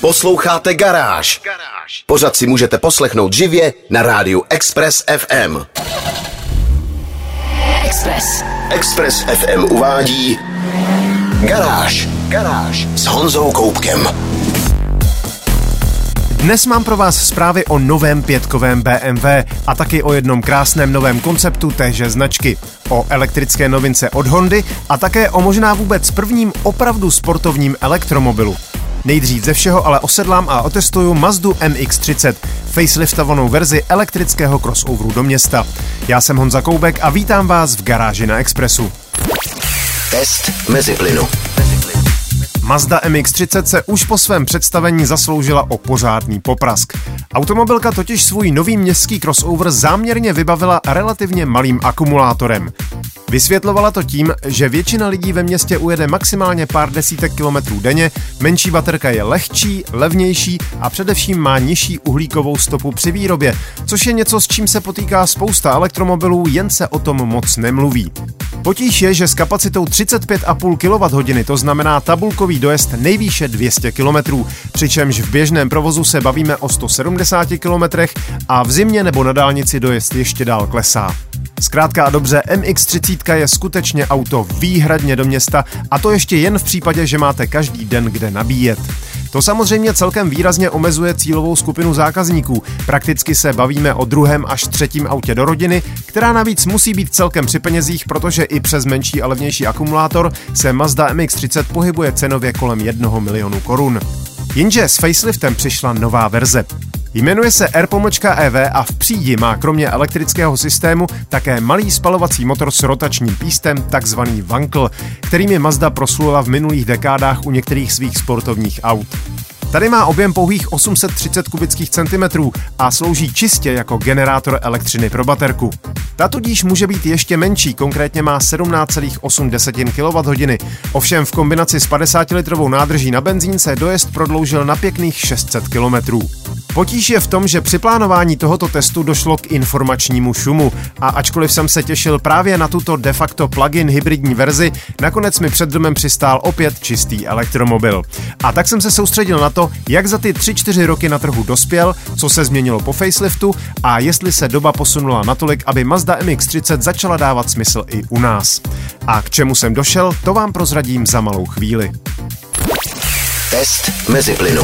Posloucháte Garáž. Pořad si můžete poslechnout živě na rádiu Express FM. Express FM uvádí Garáž s Honzou Koubkem. Dnes mám pro vás zprávy o novém pětkovém BMW a taky o jednom krásném novém konceptu téže značky, o elektrické novince od Hondy a také o možná vůbec prvním opravdu sportovním elektromobilu. Nejdřív ze všeho ale osedlám a otestuju Mazdu MX-30, faceliftovanou verzi elektrického crossoveru do města. Já jsem Honza Koubek a vítám vás v Garáži na Expressu. Test meziplynu. Mazda MX-30 se už po svém představení zasloužila o pořádný poprask. Automobilka totiž svůj nový městský crossover záměrně vybavila relativně malým akumulátorem. Vysvětlovala to tím, že většina lidí ve městě ujede maximálně pár desítek kilometrů denně, menší baterka je lehčí, levnější a především má nižší uhlíkovou stopu při výrobě, což je něco, s čím se potýká spousta elektromobilů, jen se o tom moc nemluví. Potíž je, že s kapacitou 35,5 kWh, to znamená tabulkový dojezd nejvýše 200 km, přičemž v běžném provozu se bavíme o 170 km a v zimě nebo na dálnici dojezd ještě dál klesá. Zkrátka a dobře, MX-30 je skutečně auto výhradně do města a to ještě jen v případě, že máte každý den kde nabíjet. To samozřejmě celkem výrazně omezuje cílovou skupinu zákazníků. Prakticky se bavíme o druhém až třetím autě do rodiny, která navíc musí být celkem při penězích, protože i přes menší a levnější akumulátor se Mazda MX-30 pohybuje cenově kolem 1 milionu korun. Jenže s faceliftem přišla nová verze. Jmenuje se R-EV a v přídi má kromě elektrického systému také malý spalovací motor s rotačním pístem, takzvaný Wankel, kterými Mazda proslula v minulých dekádách u některých svých sportovních aut. Tady má objem pouhých 830 kubických centimetrů a slouží čistě jako generátor elektřiny pro baterku. Ta tudíž může být ještě menší, konkrétně má 17,8 kWh. Ovšem v kombinaci s 50-litrovou nádrží na benzín se dojezd prodloužil na pěkných 600 km. Potíž je v tom, že při plánování tohoto testu došlo k informačnímu šumu a ačkoliv jsem se těšil právě na tuto de facto plug-in hybridní verzi, nakonec mi před domem přistál opět čistý elektromobil. A tak jsem se soustředil na to, jak za ty 3-4 roky na trhu dospěl, co se změnilo po faceliftu a jestli se doba posunula natolik, aby Mazda MX-30 začala dávat smysl i u nás. A k čemu jsem došel, to vám prozradím za malou chvíli. Test meziplynu.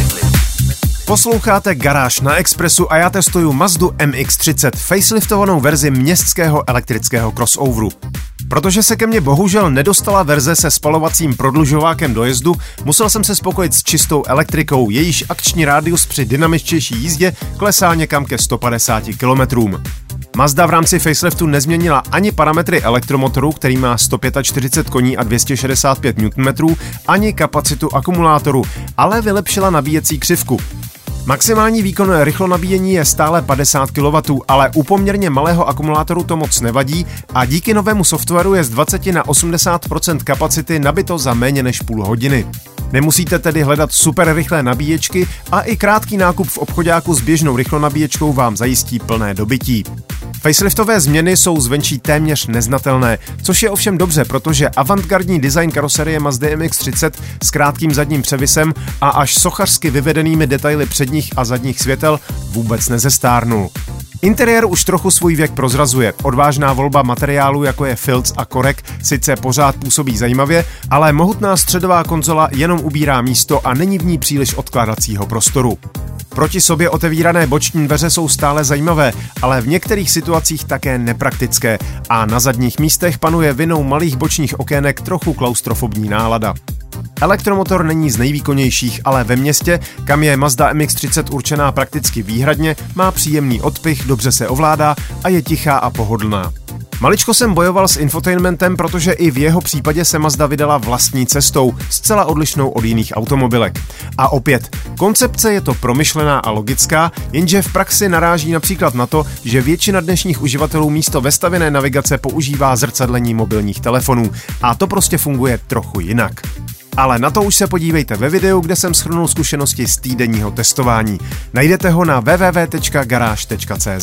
Posloucháte Garáž na Expressu a já testuju Mazdu MX-30, faceliftovanou verzi městského elektrického crossoveru. Protože se ke mně bohužel nedostala verze se spalovacím prodlužovákem dojezdu, musel jsem se spokojit s čistou elektrikou, jejíž akční rádius při dynamičtější jízdě klesá někam ke 150 km. Mazda v rámci faceliftu nezměnila ani parametry elektromotoru, který má 145 koní a 265 Nm, ani kapacitu akumulátoru, ale vylepšila nabíjecí křivku. Maximální výkon rychlonabíjení je stále 50 kW, ale u poměrně malého akumulátoru to moc nevadí a díky novému softwaru je z 20 na 80% kapacity nabito za méně než půl hodiny. Nemusíte tedy hledat super rychlé nabíječky a i krátký nákup v obchoďáku s běžnou rychlonabíječkou vám zajistí plné dobytí. Faceliftové změny jsou zvenčí téměř neznatelné, což je ovšem dobře, protože avantgardní design karoserie Mazdy MX-30 s krátkým zadním převisem a až sochařsky vyvedenými detaily předních a zadních světel vůbec nezestárnul. Interiér už trochu svůj věk prozrazuje. Odvážná volba materiálů, jako je filc a korek, sice pořád působí zajímavě, ale mohutná středová konzola jenom ubírá místo a není v ní příliš odkládacího prostoru. Proti sobě otevírané boční dveře jsou stále zajímavé, ale v některých situacích také nepraktické a na zadních místech panuje vinou malých bočních okének trochu klaustrofobní nálada. Elektromotor není z nejvýkonnějších, ale ve městě, kam je Mazda MX-30 určená prakticky výhradně, má příjemný odpych, dobře se ovládá a je tichá a pohodlná. Maličko jsem bojoval s infotainmentem, protože i v jeho případě se Mazda vydala vlastní cestou, zcela odlišnou od jiných automobilek. A opět, koncepce je to promyšlená a logická, jenže v praxi naráží například na to, že většina dnešních uživatelů místo vestavěné navigace používá zrcadlení mobilních telefonů a to prostě funguje trochu jinak. Ale na to už se podívejte ve videu, kde jsem shrnul zkušenosti z týdenního testování. Najdete ho na www.garage.cz.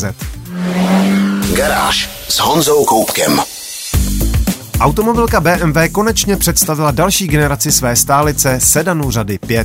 Garáž s Honzou Koubkem. Automobilka BMW konečně představila další generaci své stálice sedanu řady 5.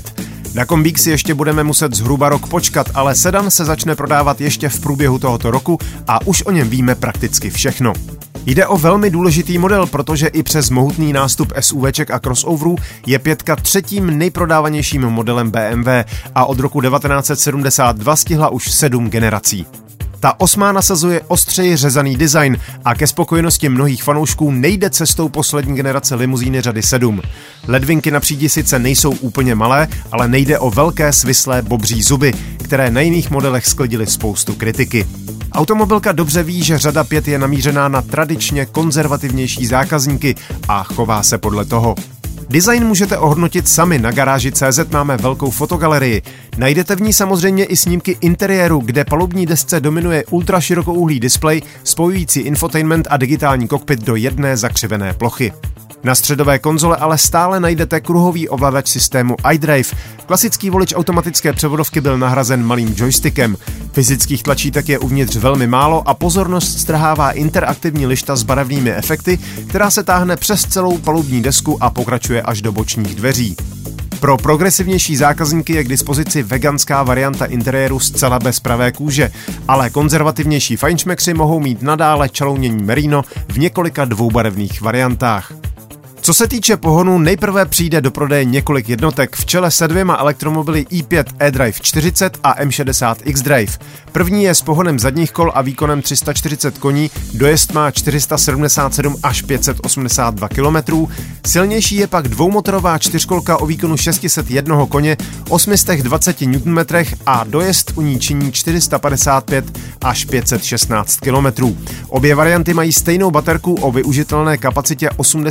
Na kombík si ještě budeme muset zhruba rok počkat, ale sedan se začne prodávat ještě v průběhu tohoto roku a už o něm víme prakticky všechno. Jde o velmi důležitý model, protože i přes mohutný nástup SUVček a crossoverů je 5 třetím nejprodávanějším modelem BMW a od roku 1972 stihla už 7 generací. Ta 8 nasazuje ostřeji řezaný design a ke spokojenosti mnohých fanoušků nejde cestou poslední generace limuzíny řady 7. Ledvinky na přídi sice nejsou úplně malé, ale nejde o velké svislé bobří zuby, které na jiných modelech sklidily spoustu kritiky. Automobilka dobře ví, že řada 5 je namířená na tradičně konzervativnější zákazníky a chová se podle toho. Design můžete ohodnotit sami, na garáži.cz máme velkou fotogalerii. Najdete v ní samozřejmě i snímky interiéru, kde palubní desce dominuje ultraširokouhlý displej spojující infotainment a digitální kokpit do jedné zakřivené plochy. Na středové konzole ale stále najdete kruhový ovladač systému iDrive. Klasický volič automatické převodovky byl nahrazen malým joystickem. Fyzických tlačítek je uvnitř velmi málo a pozornost strhává interaktivní lišta s barevnými efekty, která se táhne přes celou palubní desku a pokračuje až do bočních dveří. Pro progresivnější zákazníky je k dispozici veganská varianta interiéru zcela bez pravé kůže, ale konzervativnější fajnšmekři mohou mít nadále čalounění merino v několika dvoubarevných variantách. Co se týče pohonu, nejprve přijde do prodeje několik jednotek v čele se 2 elektromobily i5 eDrive 40 a M60 xDrive. První je s pohonem zadních kol a výkonem 340 koní, dojezd má 477 až 582 km. Silnější je pak dvoumotorová čtyřkolka o výkonu 601 koně, 820 Nm a dojezd u ní činí 455 až 516 km. Obě varianty mají stejnou baterku o využitelné kapacitě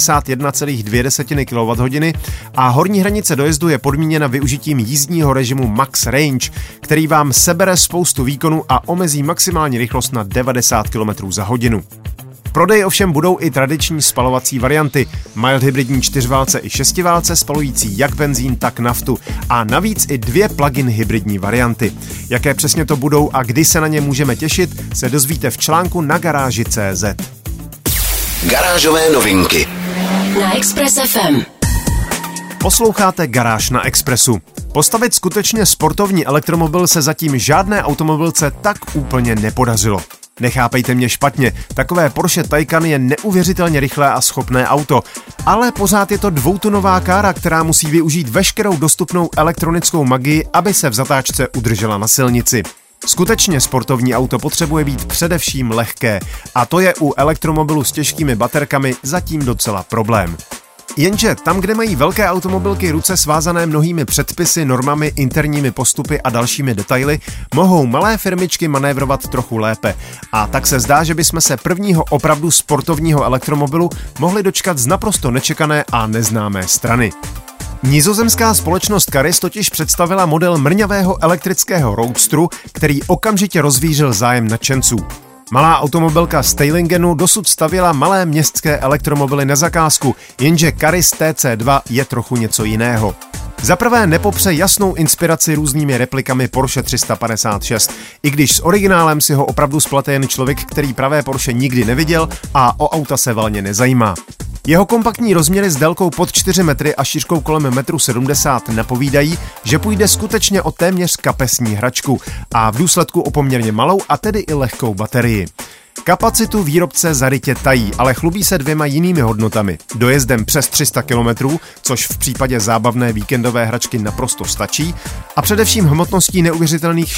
81,2 kWh a horní hranice dojezdu je podmíněna využitím jízdního režimu Max Range, který vám sebere spoustu výkonu a omezí maximální rychlost na 90 km za hodinu. V prodeji ovšem budou i tradiční spalovací varianty, mild hybridní 4válce i 6válce spalující jak benzín, tak naftu a navíc i 2 plug-in hybridní varianty. Jaké přesně to budou a kdy se na ně můžeme těšit, se dozvíte v článku na garáži.cz. Garážové novinky na Express FM. Posloucháte Garáž na Expressu. Postavit skutečně sportovní elektromobil se zatím žádné automobilce tak úplně nepodařilo. Nechápejte mě špatně, takové Porsche Taycan je neuvěřitelně rychlé a schopné auto, ale pořád je to dvoutunová kára, která musí využít veškerou dostupnou elektronickou magii, aby se v zatáčce udržela na silnici. Skutečně sportovní auto potřebuje být především lehké a to je u elektromobilu s těžkými baterkami zatím docela problém. Jenže tam, kde mají velké automobilky ruce svázané mnohými předpisy, normami, interními postupy a dalšími detaily, mohou malé firmičky manévrovat trochu lépe. A tak se zdá, že bychom se prvního opravdu sportovního elektromobilu mohli dočkat z naprosto nečekané a neznámé strany. Nizozemská společnost Caris totiž představila model mrňavého elektrického roadstru, který okamžitě rozvířil zájem nadšenců. Malá automobilka z Teylingenu dosud stavěla malé městské elektromobily na zakázku, jenže Caris TC2 je trochu něco jiného. Zaprvé nepopře jasnou inspiraci různými replikami Porsche 356, i když s originálem si ho opravdu splete jen člověk, který pravé Porsche nikdy neviděl a o auta se valně nezajímá. Jeho kompaktní rozměry s délkou pod 4 metry a šířkou kolem 1,70 m napovídají, že půjde skutečně o téměř kapesní hračku a v důsledku o poměrně malou a tedy i lehkou baterii. Kapacitu výrobce zarytě tají, ale chlubí se 2 jinými hodnotami. Dojezdem přes 300 km, což v případě zábavné víkendové hračky naprosto stačí, a především hmotností neuvěřitelných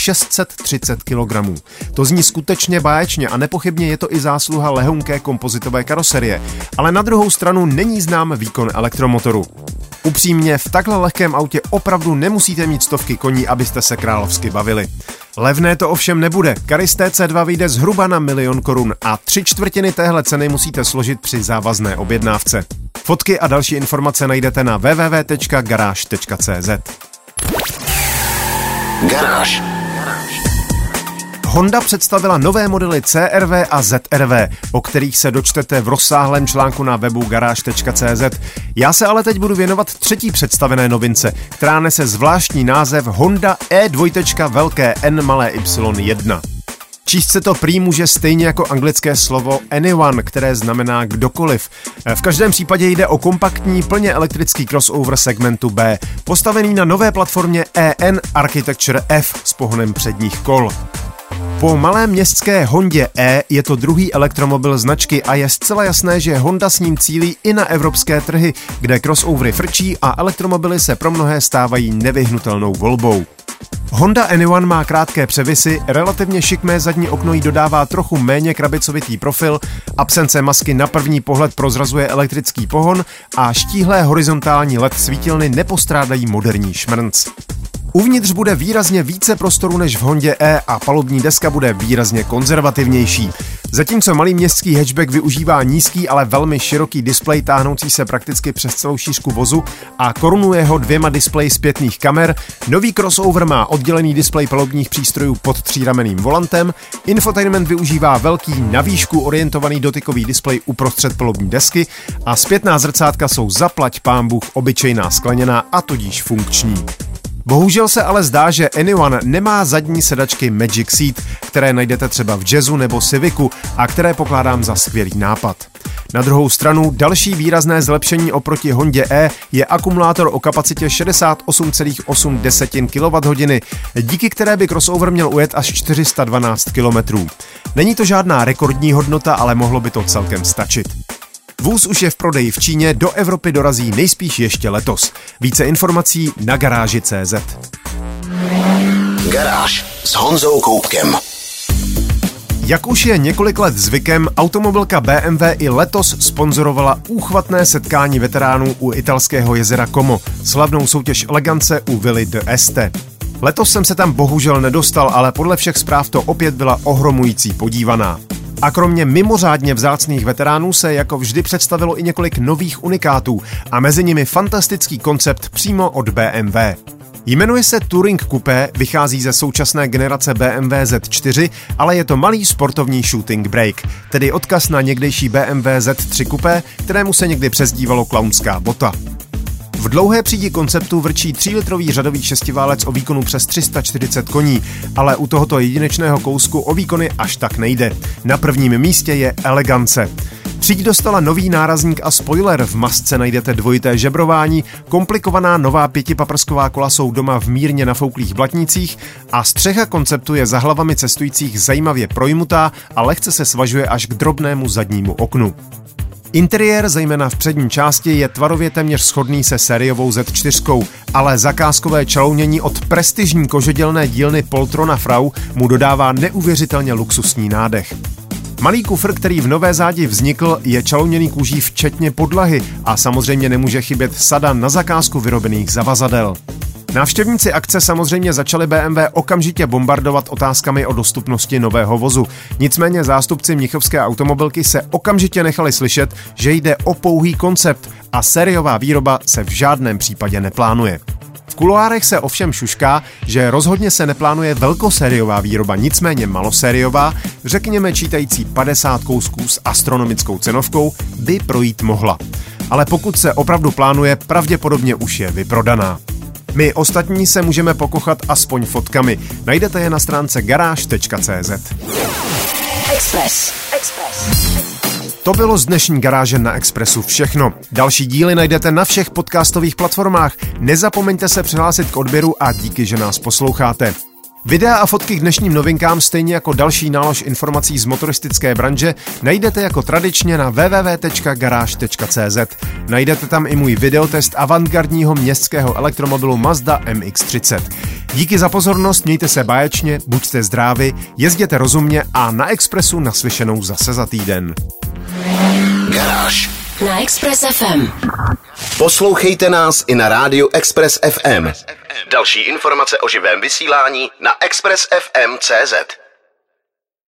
630 kg. To zní skutečně báječně a nepochybně je to i zásluha lehonké kompozitové karoserie, ale na druhou stranu není znám výkon elektromotoru. Upřímně, v takhle lehkém autě opravdu nemusíte mít stovky koní, abyste se královsky bavili. Levné to ovšem nebude. Caris TC2 vyjde zhruba na 1 000 000 korun a 3/4 téhle ceny musíte složit při závazné objednávce. Fotky a další informace najdete na www.garage.cz. Garáž. Honda představila nové modely CR-V a ZR-V, o kterých se dočtete v rozsáhlém článku na webu garage.cz. Já se ale teď budu věnovat třetí představené novince, která nese zvláštní název Honda E2 velké N malé Y1. Číst se to prý může stejně jako anglické slovo anyone, které znamená kdokoliv. V každém případě jde o kompaktní, plně elektrický crossover segmentu B, postavený na nové platformě EN Architecture F s pohonem předních kol. Po malé městské Hondě E je to druhý elektromobil značky a je zcela jasné, že Honda s ním cílí i na evropské trhy, kde crossovery frčí a elektromobily se pro mnohé stávají nevyhnutelnou volbou. Honda Anyone má krátké převisy, relativně šikmé zadní okno jí dodává trochu méně krabicovitý profil, absence masky na první pohled prozrazuje elektrický pohon a štíhlé horizontální LED svítilny nepostrádají moderní šmrnc. Uvnitř bude výrazně více prostoru než v Hondě E a palubní deska bude výrazně konzervativnější. Zatímco malý městský hatchback využívá nízký, ale velmi široký displej táhnoucí se prakticky přes celou šířku vozu a korunuje ho 2 displeji zpětných kamer, nový crossover má oddělený displej palubních přístrojů pod tříramenným volantem, infotainment využívá velký na výšku orientovaný dotykový displej uprostřed palubní desky a zpětná zrcátka jsou zaplať pánbůh obyčejná skleněná a tudíž funkční. Bohužel se ale zdá, že Anyone nemá zadní sedačky Magic Seat, které najdete třeba v Jazzu nebo Civicu a které pokládám za skvělý nápad. Na druhou stranu další výrazné zlepšení oproti Hondě E je akumulátor o kapacitě 68,8 kWh, díky které by crossover měl ujet až 412 km. Není to žádná rekordní hodnota, ale mohlo by to celkem stačit. Vůz už je v prodeji v Číně, do Evropy dorazí nejspíš ještě letos. Více informací na garáži.cz. Garáž s Honzou Koupkem. Jak už je několik let zvykem, automobilka BMW i letos sponzorovala úchvatné setkání veteránů u italského jezera Como, slavnou soutěž elegance u Vily d'Este. Letos jsem se tam bohužel nedostal, ale podle všech zpráv to opět byla ohromující podívaná. A kromě mimořádně vzácných veteránů se jako vždy představilo i několik nových unikátů a mezi nimi fantastický koncept přímo od BMW. Jmenuje se Touring Coupé, vychází ze současné generace BMW Z4, ale je to malý sportovní shooting brake, tedy odkaz na někdejší BMW Z3 Coupé, kterému se někdy přezdívalo klaunská bota. V dlouhé přídi konceptu vrčí 3-litrový řadový šestiválec o výkonu přes 340 koní, ale u tohoto jedinečného kousku o výkony až tak nejde. Na prvním místě je elegance. Příď dostala nový nárazník a spoiler, v masce najdete dvojité žebrování, komplikovaná nová 5paprsková kola jsou doma v mírně nafouklých blatnících a střecha konceptu je za hlavami cestujících zajímavě projmutá a lehce se svažuje až k drobnému zadnímu oknu. Interiér, zejména v přední části, je tvarově téměř shodný se sériovou Z4, ale zakázkové čalounění od prestižní kožedělné dílny Poltrona Frau mu dodává neuvěřitelně luxusní nádech. Malý kufr, který v nové zádi vznikl, je čalouněný kůží včetně podlahy a samozřejmě nemůže chybět sada na zakázku vyrobených zavazadel. Návštěvníci akce samozřejmě začali BMW okamžitě bombardovat otázkami o dostupnosti nového vozu. Nicméně zástupci mnichovské automobilky se okamžitě nechali slyšet, že jde o pouhý koncept a sériová výroba se v žádném případě neplánuje. V kuloárech se ovšem šušká, že rozhodně se neplánuje velkosériová výroba, nicméně malosériová, řekněme čítající 50 kousků s astronomickou cenovkou, by projít mohla. Ale pokud se opravdu plánuje, pravděpodobně už je vyprodaná. My ostatní se můžeme pokochat aspoň fotkami. Najdete je na stránce garáž.cz. Express. To bylo z dnešní garáže na Expressu všechno. Další díly najdete na všech podcastových platformách. Nezapomeňte se přihlásit k odběru a díky, že nás posloucháte. Videa a fotky k dnešním novinkám, stejně jako další nálož informací z motoristické branže, najdete jako tradičně na www.garage.cz. Najdete tam i můj videotest avantgardního městského elektromobilu Mazda MX-30. Díky za pozornost, mějte se báječně, buďte zdraví, jezděte rozumně a na Expressu naslyšenou zase za týden. Garáž Na Express FM. Poslouchejte nás i na rádiu Express FM. Další informace o živém vysílání na expressfm.cz.